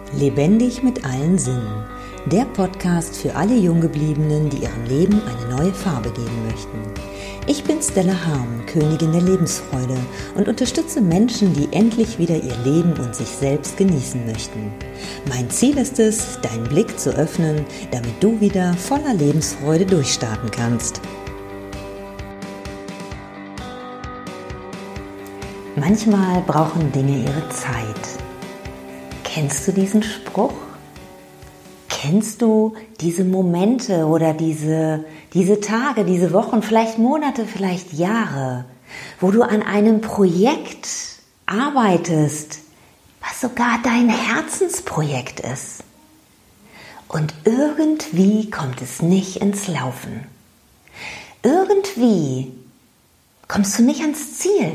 Lebendig mit allen Sinnen. Der Podcast für alle Junggebliebenen, die ihrem Leben eine neue Farbe geben möchten. Ich bin Stella Harm, Königin der Lebensfreude und unterstütze Menschen, die endlich wieder ihr Leben und sich selbst genießen möchten. Mein Ziel ist es, deinen Blick zu öffnen, damit du wieder voller Lebensfreude durchstarten kannst. Manchmal brauchen Dinge ihre Zeit. Kennst du diesen Spruch? Kennst du diese Momente oder diese Tage, diese Wochen, vielleicht Monate, vielleicht Jahre, wo du an einem Projekt arbeitest, was sogar dein Herzensprojekt ist? Und irgendwie kommt es nicht ins Laufen. Irgendwie kommst du nicht ans Ziel.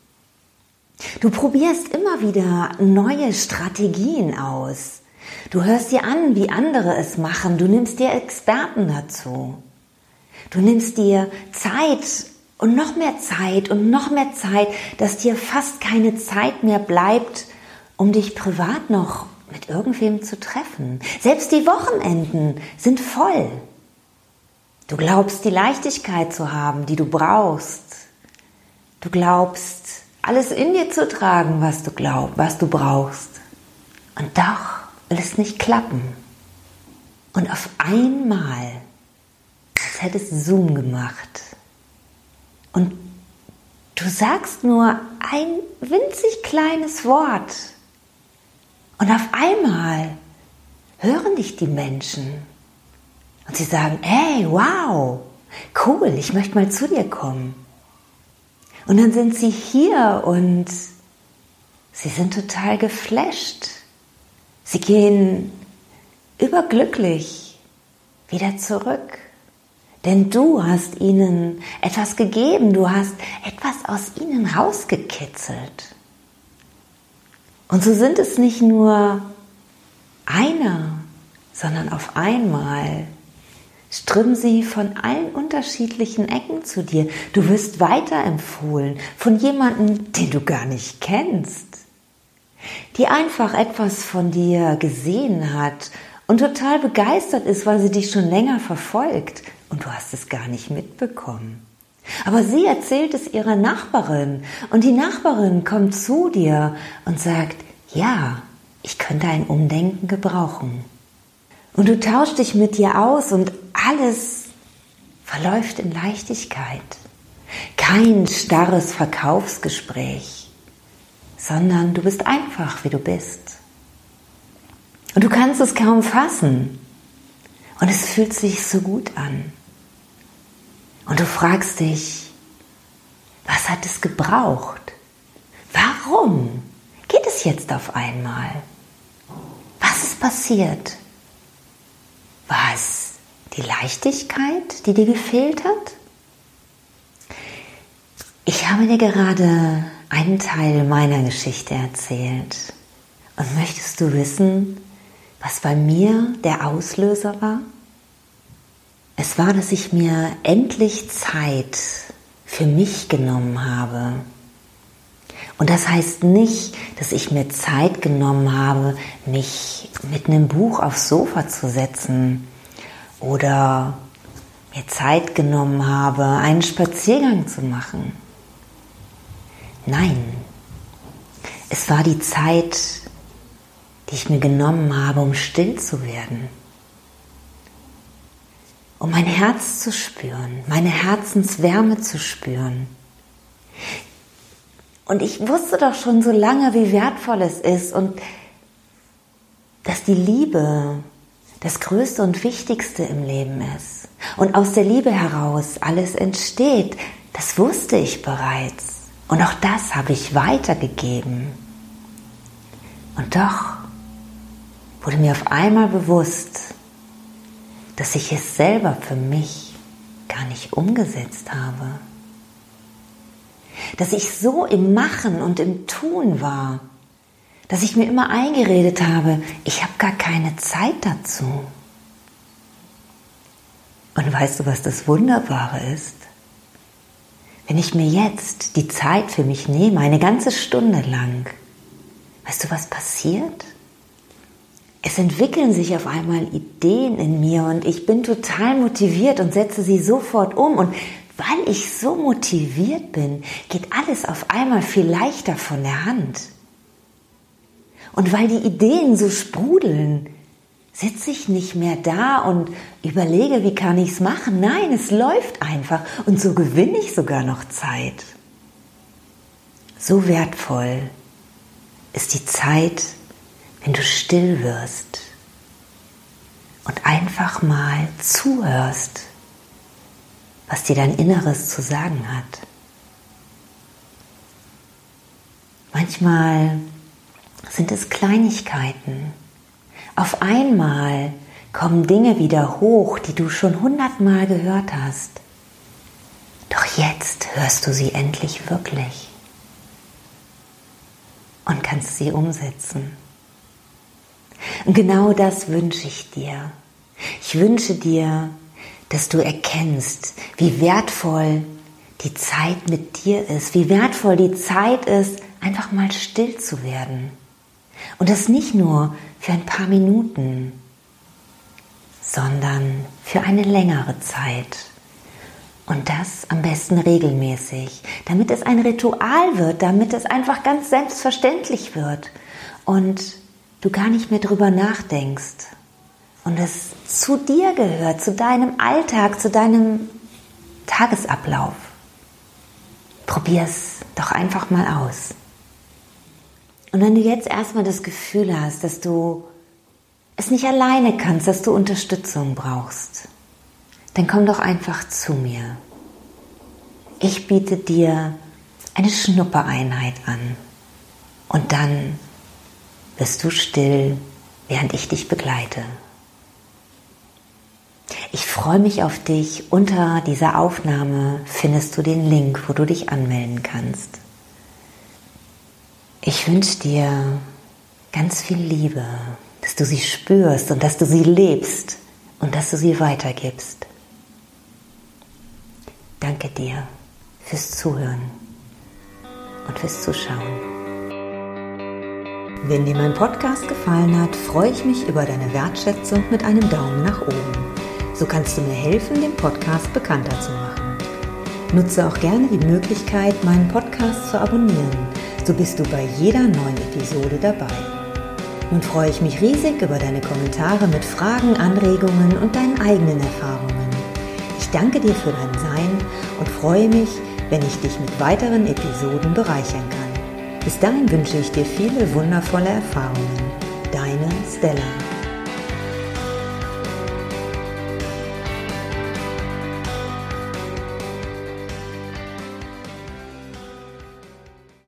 Du probierst immer wieder neue Strategien aus. Du hörst dir an, wie andere es machen. Du nimmst dir Experten dazu. Du nimmst dir Zeit und noch mehr Zeit und noch mehr Zeit, dass dir fast keine Zeit mehr bleibt, um dich privat noch mit irgendwem zu treffen. Selbst die Wochenenden sind voll. Du glaubst, die Leichtigkeit zu haben, die du brauchst. Du glaubst, alles in dir zu tragen, was du brauchst. Und doch will es nicht klappen. Und auf einmal, als hätte es Zoom gemacht. Und du sagst nur ein winzig kleines Wort. Und auf einmal hören dich die Menschen. Und sie sagen, hey, wow, cool, ich möchte mal zu dir kommen. Und dann sind sie hier und sie sind total geflasht. Sie gehen überglücklich wieder zurück. Denn du hast ihnen etwas gegeben, du hast etwas aus ihnen rausgekitzelt. Und so sind es nicht nur einer, sondern auf einmal strömen sie von allen unterschiedlichen Ecken zu dir. Du wirst weiterempfohlen von jemandem, den du gar nicht kennst, die einfach etwas von dir gesehen hat und total begeistert ist, weil sie dich schon länger verfolgt und du hast es gar nicht mitbekommen. Aber sie erzählt es ihrer Nachbarin und die Nachbarin kommt zu dir und sagt, ja, ich könnte ein Umdenken gebrauchen. Und du tauschst dich mit ihr aus und alles verläuft in Leichtigkeit. Kein starres Verkaufsgespräch, sondern du bist einfach, wie du bist. Und du kannst es kaum fassen. Und es fühlt sich so gut an. Und du fragst dich, was hat es gebraucht? Warum geht es jetzt auf einmal? Was ist passiert? War es die Leichtigkeit, die dir gefehlt hat? Ich habe dir gerade einen Teil meiner Geschichte erzählt. Und möchtest du wissen, was bei mir der Auslöser war? Es war, dass ich mir endlich Zeit für mich genommen habe. Und das heißt nicht, dass ich mir Zeit genommen habe, mich mit einem Buch aufs Sofa zu setzen oder mir Zeit genommen habe, einen Spaziergang zu machen. Nein, es war die Zeit, die ich mir genommen habe, um still zu werden. Um mein Herz zu spüren, meine Herzenswärme zu spüren. Und ich wusste doch schon so lange, wie wertvoll es ist und dass die Liebe das Größte und Wichtigste im Leben ist. Und aus der Liebe heraus alles entsteht. Das wusste ich bereits. Und auch das habe ich weitergegeben. Und doch wurde mir auf einmal bewusst, dass ich es selber für mich gar nicht umgesetzt habe. Dass ich so im Machen und im Tun war, dass ich mir immer eingeredet habe, ich habe gar keine Zeit dazu. Und weißt du, was das Wunderbare ist? Wenn ich mir jetzt die Zeit für mich nehme, eine ganze Stunde lang, weißt du, was passiert? es entwickeln sich auf einmal Ideen in mir und ich bin total motiviert und setze sie sofort um. Und weil ich so motiviert bin, geht alles auf einmal viel leichter von der Hand. Und weil die Ideen so sprudeln, sitze ich nicht mehr da und überlege, wie kann ich es machen. Nein, es läuft einfach und so gewinne ich sogar noch Zeit. So wertvoll ist die Zeit, wenn du still wirst und einfach mal zuhörst, was dir dein Inneres zu sagen hat. Manchmal sind es Kleinigkeiten. Auf einmal kommen Dinge wieder hoch, die du schon 100-mal gehört hast. Doch jetzt hörst du sie endlich wirklich und kannst sie umsetzen. Und genau das wünsche ich dir. Ich wünsche dir, dass du erkennst, wie wertvoll die Zeit mit dir ist, wie wertvoll die Zeit ist, einfach mal still zu werden. Und das nicht nur für ein paar Minuten, sondern für eine längere Zeit. Und das am besten regelmäßig, damit es ein Ritual wird, damit es einfach ganz selbstverständlich wird und du gar nicht mehr drüber nachdenkst und es zu dir gehört, zu deinem Alltag, zu deinem Tagesablauf. Probier es doch einfach mal aus. Und wenn du jetzt erstmal das Gefühl hast, dass du es nicht alleine kannst, dass du Unterstützung brauchst, dann komm doch einfach zu mir. Ich biete dir eine Schnuppereinheit an und dann bist du still, während ich dich begleite. Ich freue mich auf dich. Unter dieser Aufnahme findest du den Link, wo du dich anmelden kannst. Ich wünsche dir ganz viel Liebe, dass du sie spürst und dass du sie lebst und dass du sie weitergibst. Danke dir fürs Zuhören und fürs Zuschauen. Wenn dir mein Podcast gefallen hat, freue ich mich über deine Wertschätzung mit einem Daumen nach oben. So kannst du mir helfen, den Podcast bekannter zu machen. Nutze auch gerne die Möglichkeit, meinen Podcast zu abonnieren. So bist du bei jeder neuen Episode dabei. Nun freue ich mich riesig über deine Kommentare mit Fragen, Anregungen und deinen eigenen Erfahrungen. Ich danke dir für dein Sein und freue mich, wenn ich dich mit weiteren Episoden bereichern kann. Bis dahin wünsche ich dir viele wundervolle Erfahrungen. Deine Stella.